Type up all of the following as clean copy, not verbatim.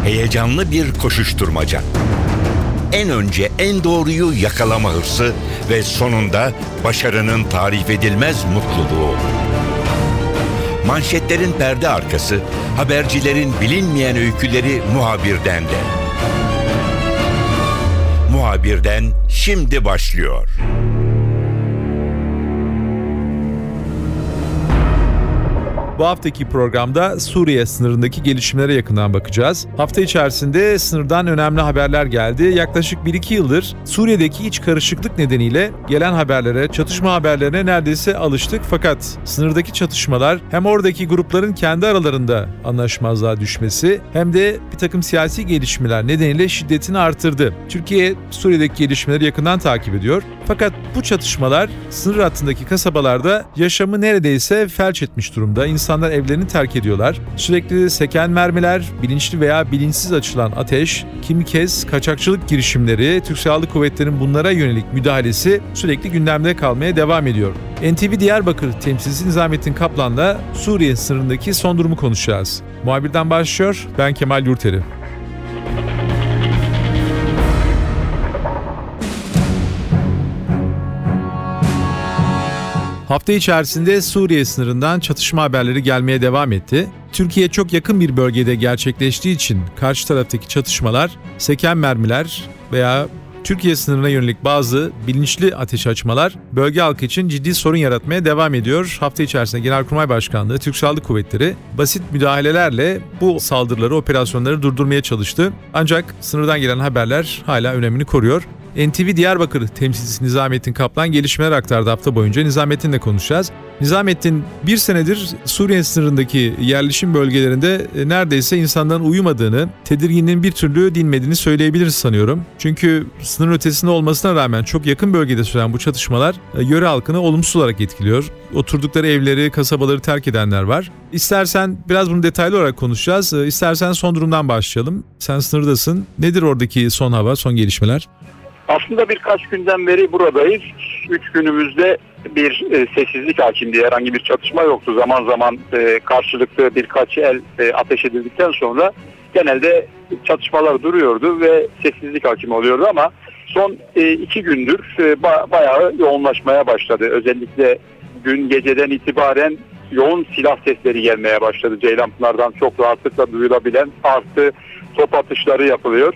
Heyecanlı bir koşuşturmaca. En önce en doğruyu yakalama hırsı ve sonunda başarının tarif edilmez mutluluğu. Manşetlerin perde arkası, habercilerin bilinmeyen öyküleri muhabirden de. Muhabirden şimdi başlıyor. Bu haftaki programda Suriye sınırındaki gelişmelere yakından bakacağız. Hafta içerisinde sınırdan önemli haberler geldi. Yaklaşık 1-2 yıldır Suriye'deki iç karışıklık nedeniyle gelen haberlere, çatışma haberlerine neredeyse alıştık. Fakat sınırdaki çatışmalar hem oradaki grupların kendi aralarında anlaşmazlığa düşmesi hem de bir takım siyasi gelişmeler nedeniyle şiddetini artırdı. Türkiye Suriye'deki gelişmeleri yakından takip ediyor. Fakat bu çatışmalar sınır hattındaki kasabalarda yaşamı neredeyse felç etmiş durumda. İnsanlar evlerini terk ediyorlar. Sürekli seken mermiler, bilinçli veya bilinçsiz açılan ateş, kimi kez kaçakçılık girişimleri, Türk Silahlı Kuvvetleri'nin bunlara yönelik müdahalesi sürekli gündemde kalmaya devam ediyor. NTV Diyarbakır temsilcisi Nizamettin Kaplan'la Suriye sınırındaki son durumu konuşacağız. Muhabirden başlıyor, ben Kemal Yurteri. Hafta içerisinde Suriye sınırından çatışma haberleri gelmeye devam etti. Türkiye çok yakın bir bölgede gerçekleştiği için karşı taraftaki çatışmalar, seken mermiler veya Türkiye sınırına yönelik bazı bilinçli ateş açmalar bölge halkı için ciddi sorun yaratmaya devam ediyor. Hafta içerisinde Genelkurmay Başkanlığı, Türk Silahlı Kuvvetleri basit müdahalelerle bu saldırıları, operasyonları durdurmaya çalıştı. Ancak sınırdan gelen haberler hala önemini koruyor. NTV Diyarbakır temsilcisi Nizamettin Kaplan gelişmeler aktardı hafta boyunca. Nizamettin'le konuşacağız. Nizamettin, bir senedir Suriye sınırındaki yerleşim bölgelerinde neredeyse insanların uyumadığını, tedirginliğin bir türlü dinmediğini söyleyebiliriz sanıyorum. Çünkü sınır ötesinde olmasına rağmen çok yakın bölgede süren bu çatışmalar yöre halkını olumsuz olarak etkiliyor. Oturdukları evleri, kasabaları terk edenler var. İstersen biraz bunu detaylı olarak konuşacağız. İstersen son durumdan başlayalım. Sen sınırdasın. Nedir oradaki son hava, son gelişmeler? Aslında birkaç günden beri buradayız. 3 günümüzde bir sessizlik hakimdi. Herhangi bir çatışma yoktu. Zaman zaman karşılıklı birkaç el ateş edildikten sonra genelde çatışmalar duruyordu ve sessizlik hakim oluyordu ama son 2 gündür bayağı yoğunlaşmaya başladı. Özellikle dün geceden itibaren yoğun silah sesleri gelmeye başladı. Ceylanpınar'dan çok rahatlıkla duyulabilen artı top atışları yapılıyor.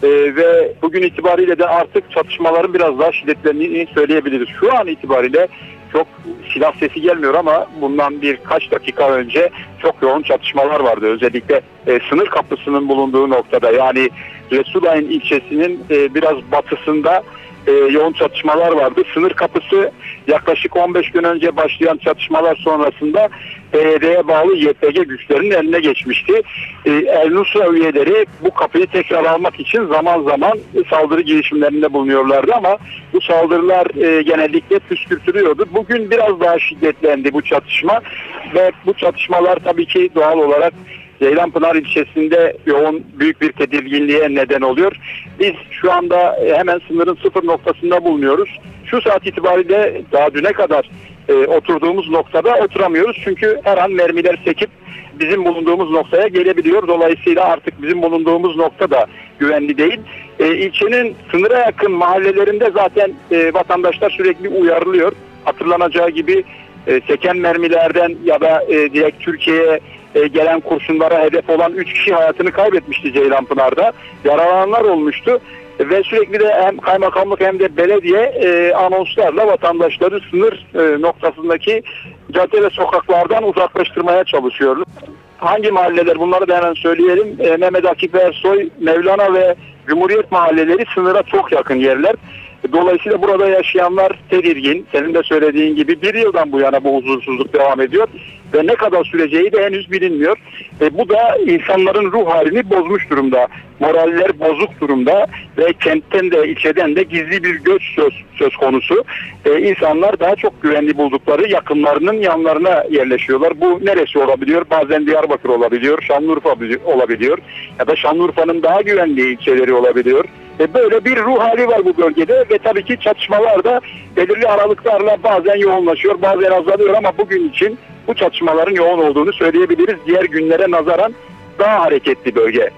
Ve bugün itibariyle de artık çatışmaların biraz daha şiddetlendiğini söyleyebiliriz. Şu an itibariyle çok silah sesi gelmiyor ama bundan birkaç dakika önce çok yoğun çatışmalar vardı. Özellikle sınır kapısının bulunduğu noktada, yani Resulayn ilçesinin biraz batısında yoğun çatışmalar vardı. Sınır kapısı yaklaşık 15 gün önce başlayan çatışmalar sonrasında PYD'ye bağlı YPG güçlerinin eline geçmişti. El-Nusra üyeleri bu kapıyı tekrar almak için zaman zaman saldırı girişimlerinde bulunuyorlardı ama bu saldırılar genellikle püskürtülüyordu. Bugün biraz daha şiddetlendi bu çatışma ve bu çatışmalar tabii ki doğal olarak Ceylanpınar ilçesinde yoğun büyük bir tedirginliğe neden oluyor. Biz şu anda hemen sınırın sıfır noktasında bulunuyoruz. Şu saat itibariyle daha düne kadar oturduğumuz noktada oturamıyoruz. Çünkü her an mermiler sekip bizim bulunduğumuz noktaya gelebiliyor. Dolayısıyla artık bizim bulunduğumuz nokta da güvenli değil. İlçenin sınıra yakın mahallelerinde zaten vatandaşlar sürekli uyarılıyor. Hatırlanacağı gibi seken mermilerden ya da direkt Türkiye'ye gelen kurşunlara hedef olan 3 kişi hayatını kaybetmişti Ceylanpınar'da. Yaralananlar olmuştu ve sürekli de hem kaymakamlık hem de belediye anonslarla vatandaşları sınır noktasındaki cadde ve sokaklardan uzaklaştırmaya çalışıyorlar. Hangi mahalleler, bunları da hemen söyleyelim. Mehmet Akif Ersoy, Mevlana ve Cumhuriyet mahalleleri sınıra çok yakın yerler. Dolayısıyla burada yaşayanlar tedirgin. Senin de söylediğin gibi bir yıldan bu yana bu huzursuzluk devam ediyor. Ve ne kadar süreceği de henüz bilinmiyor. Bu da insanların ruh halini bozmuş durumda. Moraller bozuk durumda ve kentten de ilçeden de gizli bir göç söz konusu. İnsanlar daha çok güvenli buldukları yakınlarının yanlarına yerleşiyorlar. Bu neresi olabiliyor? Bazen Diyarbakır olabiliyor, Şanlıurfa olabiliyor ya da Şanlıurfa'nın daha güvenli ilçeleri olabiliyor. Böyle bir ruh hali var bu bölgede ve tabii ki çatışmalar da belirli aralıklarla bazen yoğunlaşıyor, bazen azalıyor ama bugün için bu çatışmaların yoğun olduğunu söyleyebiliriz. Diğer günlere nazaran daha hareketli bölge.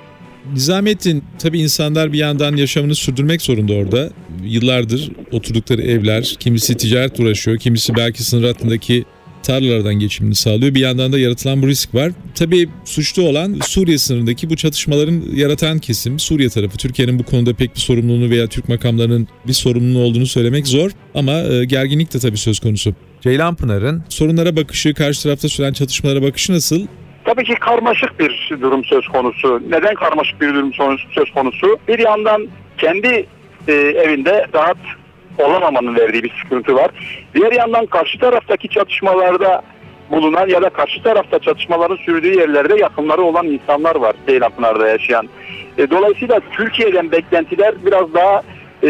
Nizamettin, tabii insanlar bir yandan yaşamını sürdürmek zorunda orada. Yıllardır oturdukları evler, kimisi ticaret uğraşıyor, kimisi belki sınır hattındaki tarlalardan geçimini sağlıyor. Bir yandan da yaratılan bu risk var. Tabii suçlu olan Suriye sınırındaki bu çatışmaların yaratan kesim, Suriye tarafı. Türkiye'nin bu konuda pek bir sorumluluğunu veya Türk makamlarının bir sorumluluğu olduğunu söylemek zor. Ama gerginlik de tabii söz konusu. Ceylanpınar'ın sorunlara bakışı, karşı tarafta süren çatışmalara bakışı nasıl? Tabii ki karmaşık bir durum söz konusu. Neden karmaşık bir durum söz konusu? Bir yandan kendi evinde rahat olamamanın verdiği bir sıkıntı var. Diğer yandan karşı taraftaki çatışmalarda bulunan ya da karşı tarafta çatışmaların sürdüğü yerlerde yakınları olan insanlar var Ceylanpınar'da yaşayan. Dolayısıyla Türkiye'den beklentiler biraz daha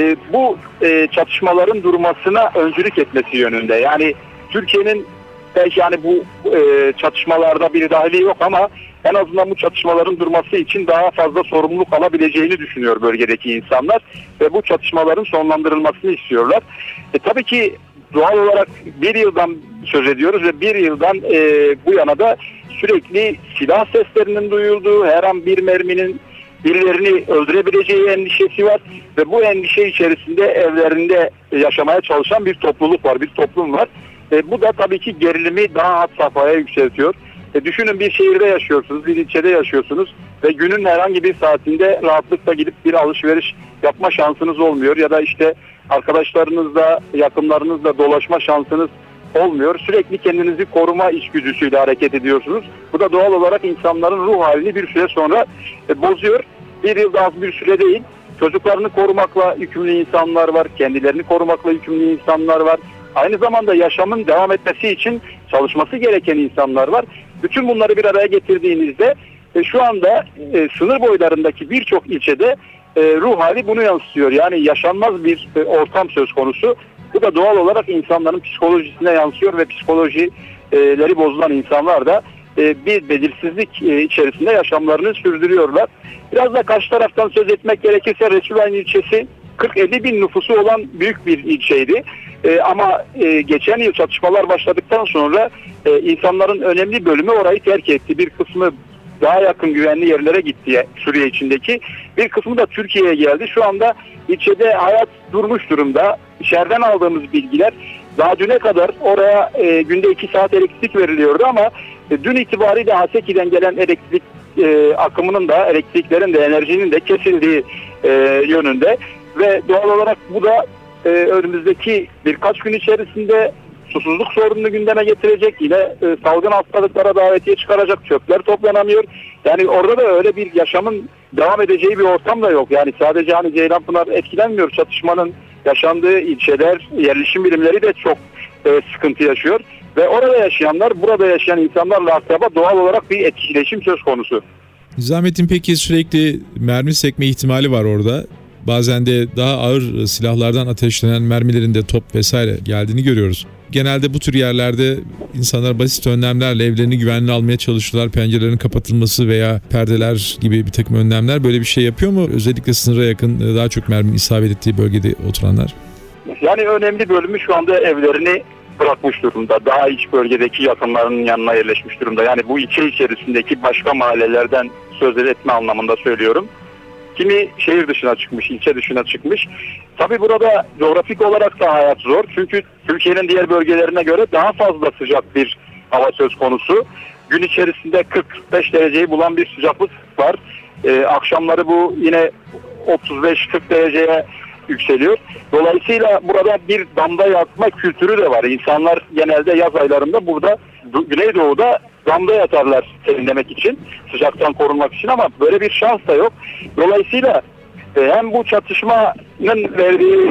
bu çatışmaların durmasına öncülük etmesi yönünde. Yani Türkiye'nin belki yani bu çatışmalarda bir dahili yok ama en azından bu çatışmaların durması için daha fazla sorumluluk alabileceğini düşünüyor bölgedeki insanlar ve bu çatışmaların sonlandırılmasını istiyorlar. Tabii ki doğal olarak bir yıldan söz ediyoruz ve bir yıldan bu yana da sürekli silah seslerinin duyulduğu, her an bir merminin birilerini öldürebileceği endişesi var ve bu endişe içerisinde evlerinde yaşamaya çalışan bir topluluk var, bir toplum var. Bu da tabii ki gerilimi daha had safhaya yükseltiyor. Düşünün, bir şehirde yaşıyorsunuz, bir ilçede yaşıyorsunuz ve günün herhangi bir saatinde rahatlıkla gidip bir alışveriş yapma şansınız olmuyor ya da işte arkadaşlarınızla, yakınlarınızla dolaşma şansınız olmuyor. Sürekli kendinizi koruma içgüdüsüyle hareket ediyorsunuz. Bu da doğal olarak insanların ruh halini bir süre sonra bozuyor. Bir yıl da az bir süre değil. Çocuklarını korumakla yükümlü insanlar var, kendilerini korumakla yükümlü insanlar var. Aynı zamanda yaşamın devam etmesi için çalışması gereken insanlar var. Bütün bunları bir araya getirdiğinizde şu anda sınır boylarındaki birçok ilçede ruh hali bunu yansıtıyor. Yani yaşanmaz bir ortam söz konusu. Bu da doğal olarak insanların psikolojisine yansıyor ve psikolojileri bozulan insanlar da bir belirsizlik içerisinde yaşamlarını sürdürüyorlar. Biraz da karşı taraftan söz etmek gerekirse Resulayn ilçesi 40-50 bin nüfusu olan büyük bir ilçeydi. Ama geçen yıl çatışmalar başladıktan sonra insanların önemli bölümü orayı terk etti. Bir kısmı daha yakın güvenli yerlere gitti Suriye içindeki. Bir kısmı da Türkiye'ye geldi. Şu anda ilçede hayat durmuş durumda. İçeriden aldığımız bilgiler, daha düne kadar oraya günde 2 saat elektrik veriliyordu ama dün itibariyle Haseki'den gelen elektrik akımının da, elektriklerin de, enerjinin de kesildiği yönünde ve doğal olarak bu da önümüzdeki birkaç gün içerisinde susuzluk sorununu gündeme getirecek. Yine salgın hastalıklara davetiye çıkaracak, çöpler toplanamıyor. Yani orada da öyle bir yaşamın devam edeceği bir ortam da yok. Yani sadece hani Ceylanpınar etkilenmiyor. Çatışmanın yaşandığı ilçeler, yerleşim birimleri de çok sıkıntı yaşıyor. Ve orada yaşayanlar, burada yaşayan insanlarla akraba, doğal olarak bir etkileşim söz konusu. Nizamettin, peki sürekli mermi sekme ihtimali var orada. Bazen de daha ağır silahlardan ateşlenen mermilerin de top vesaire geldiğini görüyoruz. Genelde bu tür yerlerde insanlar basit önlemlerle evlerini güvenli almaya çalışıyorlar. Pencerelerin kapatılması veya perdeler gibi bir takım önlemler, böyle bir şey yapıyor mu? Özellikle sınıra yakın daha çok merminin isabet ettiği bölgede oturanlar. Yani önemli bölümü şu anda evlerini bırakmış durumda. Daha iç bölgedeki yakınlarının yanına yerleşmiş durumda. Yani bu ilçe içerisindeki başka mahallelerden söz etme anlamında söylüyorum. Kimi şehir dışına çıkmış, ilçe dışına çıkmış. Tabii burada coğrafik olarak da hayat zor. Çünkü Türkiye'nin diğer bölgelerine göre daha fazla sıcak bir hava söz konusu. Gün içerisinde 40-45 dereceyi bulan bir sıcaklık var. Akşamları bu yine 35-40 dereceye yükseliyor. Dolayısıyla burada bir damda yatma kültürü de var. İnsanlar genelde yaz aylarında burada Güneydoğu'da damda yatarlar serinlemek için, sıcaktan korunmak için, ama böyle bir şans da yok. Dolayısıyla hem bu çatışmanın verdiği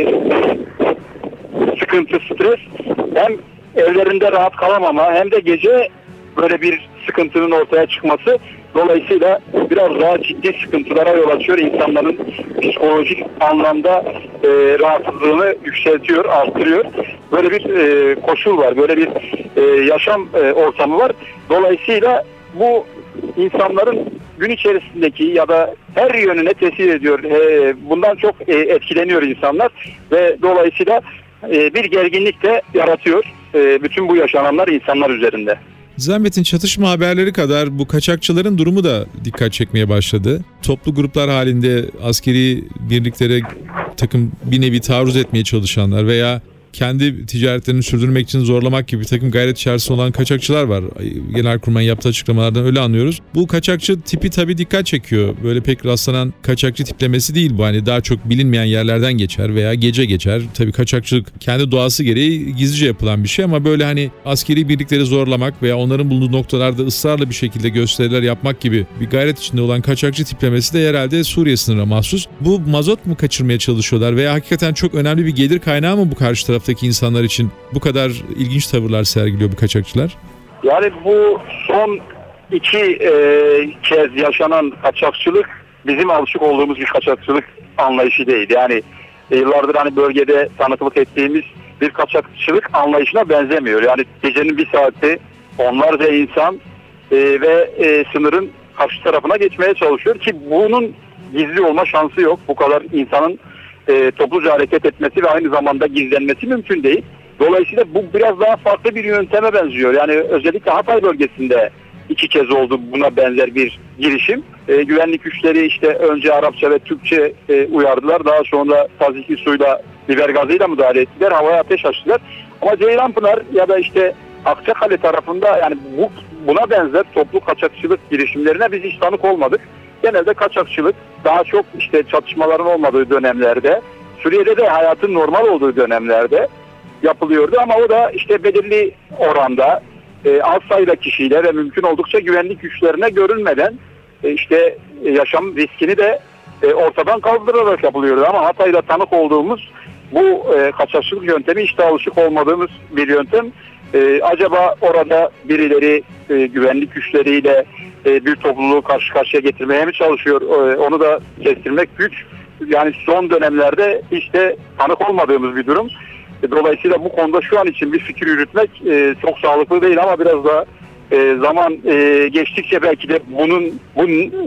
sıkıntı, stres, hem evlerinde rahat kalamama, hem de gece böyle bir sıkıntının ortaya çıkması dolayısıyla biraz daha ciddi sıkıntılara yol açıyor. İnsanların psikolojik anlamda rahatsızlığını yükseltiyor, arttırıyor. Böyle bir koşul var, böyle bir yaşam ortamı var. Dolayısıyla bu insanların gün içerisindeki ya da her yönüne tesir ediyor. Bundan çok etkileniyor insanlar ve dolayısıyla bir gerginlik de yaratıyor bütün bu yaşananlar insanlar üzerinde. Zahmet'in çatışma haberleri kadar bu kaçakçıların durumu da dikkat çekmeye başladı. Toplu gruplar halinde askeri birliklere bir nevi taarruz etmeye çalışanlar veya kendi ticaretlerini sürdürmek için zorlamak gibi bir takım gayret içerisinde olan kaçakçılar var. Genelkurmay'ın yaptığı açıklamalardan öyle anlıyoruz. Bu kaçakçı tipi tabii dikkat çekiyor. Böyle pek rastlanan kaçakçı tiplemesi değil bu. Hani daha çok bilinmeyen yerlerden geçer veya gece geçer. Tabii kaçakçılık kendi doğası gereği gizlice yapılan bir şey ama böyle hani askeri birlikleri zorlamak veya onların bulunduğu noktalarda ısrarla bir şekilde gösteriler yapmak gibi bir gayret içinde olan kaçakçı tiplemesi de herhalde Suriye sınırına mahsus. Bu mazot mu kaçırmaya çalışıyorlar veya hakikaten çok önemli bir gelir kaynağı mı bu karşı taraftaki insanlar için bu kadar ilginç tavırlar sergiliyor bu kaçakçılar? Yani bu son iki kez yaşanan kaçakçılık bizim alışık olduğumuz bir kaçakçılık anlayışı değil. Yani yıllardır hani bölgede tanıklık ettiğimiz bir kaçakçılık anlayışına benzemiyor. Yani gecenin bir saati onlarca insan ve sınırın karşı tarafına geçmeye çalışıyor ki bunun gizli olma şansı yok. Bu kadar insanın topluca hareket etmesi ve aynı zamanda gizlenmesi mümkün değil. Dolayısıyla bu biraz daha farklı bir yönteme benziyor. Yani özellikle Hatay bölgesinde iki kez oldu buna benzer bir girişim. Güvenlik güçleri işte önce Arapça ve Türkçe uyardılar. Daha sonra tazikli suyla, biber gazıyla müdahale ettiler. Havaya ateş açtılar. Ama Ceylanpınar ya da işte Akçakale tarafında yani buna benzer toplu kaçakçılık girişimlerine biz hiç tanık olmadık. Genelde kaçakçılık daha çok işte çatışmaların olmadığı dönemlerde, Suriye'de de hayatın normal olduğu dönemlerde yapılıyordu ama o da işte belirli oranda az sayıda kişiyle ve mümkün oldukça güvenlik güçlerine görünmeden işte yaşam riskini de ortadan kaldırarak yapılıyordu. Ama Hatay'da tanık olduğumuz bu kaçakçılık yöntemi işte alışık olmadığımız bir yöntem. Acaba orada birileri güvenlik güçleriyle bir topluluğu karşı karşıya getirmeye mi çalışıyor? Onu da kestirmek güç. Yani son dönemlerde işte tanık olmadığımız bir durum. Dolayısıyla bu konuda şu an için bir fikir yürütmek çok sağlıklı değil ama biraz da zaman geçtikçe belki de bu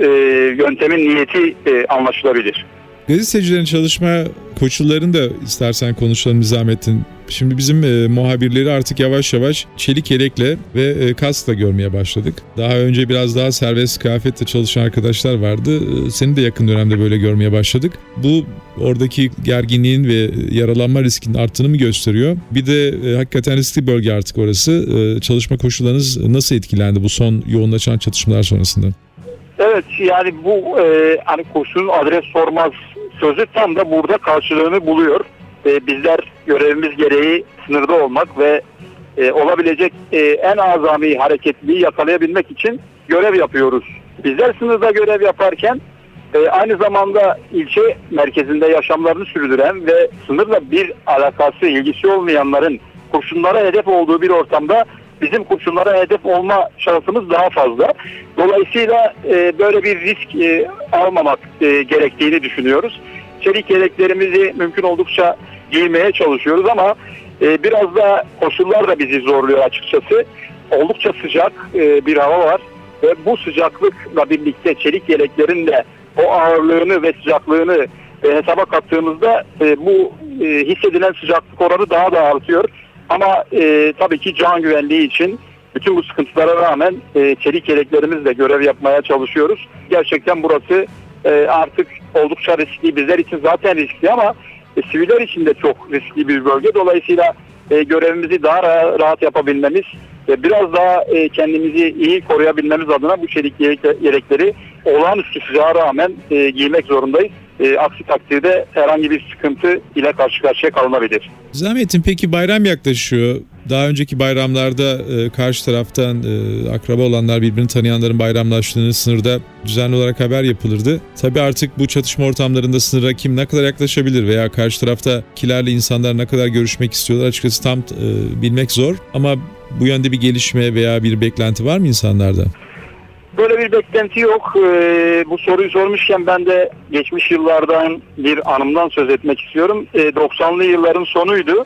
yöntemin niyeti anlaşılabilir. Gazetecilerin çalışma koşullarını da istersen konuşalım Nizamettin. Şimdi bizim muhabirleri artık yavaş yavaş çelik yelekle ve kaskla görmeye başladık. Daha önce biraz daha serbest kıyafetle çalışan arkadaşlar vardı. Seni de yakın dönemde böyle görmeye başladık. Bu oradaki gerginliğin ve yaralanma riskinin arttığını mı gösteriyor? Bir de hakikaten riskli bölge artık orası. Çalışma koşullarınız nasıl etkilendi bu son yoğunlaşan çatışmalar sonrasında? Evet yani bu hani kurşun adres sormaz sözü tam da burada karşılığını buluyor. Bizler görevimiz gereği sınırda olmak ve olabilecek en azami hareketliliği yakalayabilmek için görev yapıyoruz. Bizler sınırda görev yaparken aynı zamanda ilçe merkezinde yaşamlarını sürdüren ve sınırla bir alakası, ilgisi olmayanların kurşunlara hedef olduğu bir ortamda bizim kurşunlara hedef olma şansımız daha fazla. Dolayısıyla böyle bir risk almamak gerektiğini düşünüyoruz. Çelik yeleklerimizi mümkün oldukça giymeye çalışıyoruz ama biraz da koşullar da bizi zorluyor açıkçası. Oldukça sıcak bir hava var ve bu sıcaklıkla birlikte çelik yeleklerin de o ağırlığını ve sıcaklığını hesaba kattığımızda bu hissedilen sıcaklık oranı daha da artıyor. Ama tabii ki can güvenliği için bütün bu sıkıntılara rağmen çelik yeleklerimizle görev yapmaya çalışıyoruz. Gerçekten burası artık oldukça riskli. Bizler için zaten riskli ama siviller için de çok riskli bir bölge. Dolayısıyla görevimizi daha rahat yapabilmemiz ve biraz daha kendimizi iyi koruyabilmemiz adına bu çelik yelekleri olağanüstü sıcağa rağmen giymek zorundayız. Aksi takdirde herhangi bir sıkıntı ile karşı karşıya kalınabilir. Zahmettin peki bayram yaklaşıyor. Daha önceki bayramlarda karşı taraftan akraba olanlar birbirini tanıyanların bayramlaştığını sınırda düzenli olarak haber yapılırdı. Tabii artık bu çatışma ortamlarında sınıra kim ne kadar yaklaşabilir veya karşı taraftakilerle insanlar ne kadar görüşmek istiyorlar açıkçası tam bilmek zor. Ama bu yönde bir gelişme veya bir beklenti var mı insanlarda? Böyle bir beklenti yok. Bu soruyu sormuşken ben de geçmiş yıllardan bir anımdan söz etmek istiyorum. 90'lı yılların sonuydu.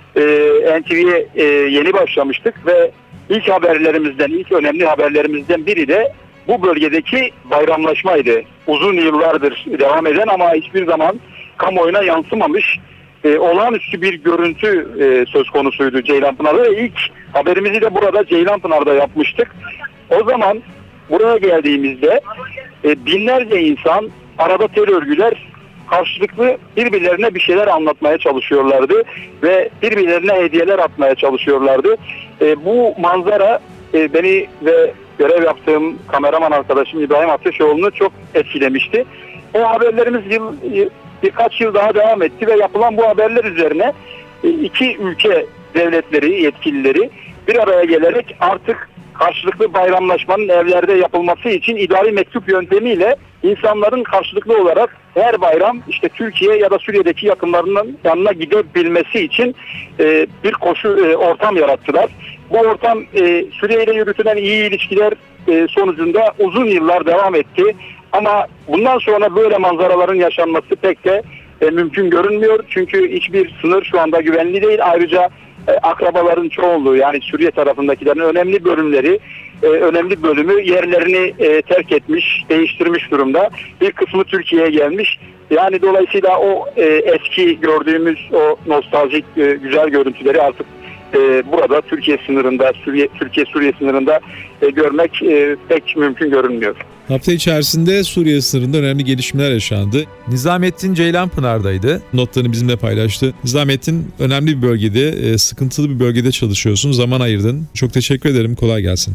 NTV'ye yeni başlamıştık ve ilk önemli haberlerimizden biri de bu bölgedeki bayramlaşmaydı. Uzun yıllardır devam eden ama hiçbir zaman kamuoyuna yansımamış olağanüstü bir görüntü söz konusuydu Ceylanpınar'da ve ilk Haberimizi de burada Ceylanpınar'da yapmıştık. O zaman buraya geldiğimizde binlerce insan, arada terör örgütler karşılıklı birbirlerine bir şeyler anlatmaya çalışıyorlardı ve birbirlerine hediyeler atmaya çalışıyorlardı. Bu manzara beni ve görev yaptığım kameraman arkadaşım İbrahim Ateşoğlu'nu çok etkilemişti. O haberlerimiz birkaç yıl daha devam etti ve yapılan bu haberler üzerine iki ülke devletleri, yetkilileri bir araya gelerek artık karşılıklı bayramlaşmanın evlerde yapılması için idari mektup yöntemiyle insanların karşılıklı olarak her bayram işte Türkiye ya da Suriye'deki yakınlarının yanına gidebilmesi için bir ortam yarattılar. Bu ortam Suriye ile yürütülen iyi ilişkiler sonucunda uzun yıllar devam etti. Ama bundan sonra böyle manzaraların yaşanması pek de mümkün görünmüyor. Çünkü hiçbir sınır şu anda güvenli değil. Ayrıca akrabaların çoğunluğu, yani Suriye tarafındakilerin önemli bölümü yerlerini terk etmiş, değiştirmiş durumda. Bir kısmı Türkiye'ye gelmiş. Yani dolayısıyla o eski gördüğümüz o nostaljik güzel görüntüleri artık burada Türkiye sınırında, Türkiye-Suriye sınırında görmek pek mümkün görünmüyor. Hafta içerisinde Suriye sınırında önemli gelişmeler yaşandı. Nizamettin Ceylanpınar'daydı. Notlarını bizimle paylaştı. Nizamettin, önemli bir bölgede, sıkıntılı bir bölgede çalışıyorsun. Zaman ayırdın. Çok teşekkür ederim. Kolay gelsin.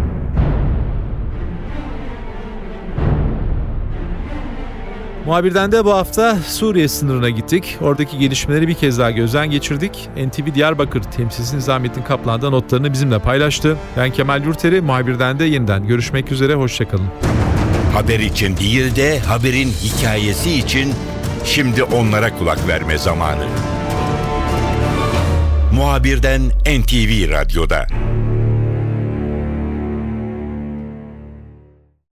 Muhabirden de bu hafta Suriye sınırına gittik. Oradaki gelişmeleri bir kez daha gözden geçirdik. NTV Diyarbakır temsilcisi Nizamettin Kaplan da notlarını bizimle paylaştı. Ben Kemal Yurteri, muhabirden de yeniden görüşmek üzere. Hoşçakalın. Haber için değil de haberin hikayesi için şimdi onlara kulak verme zamanı. Muhabirden NTV Radyo'da.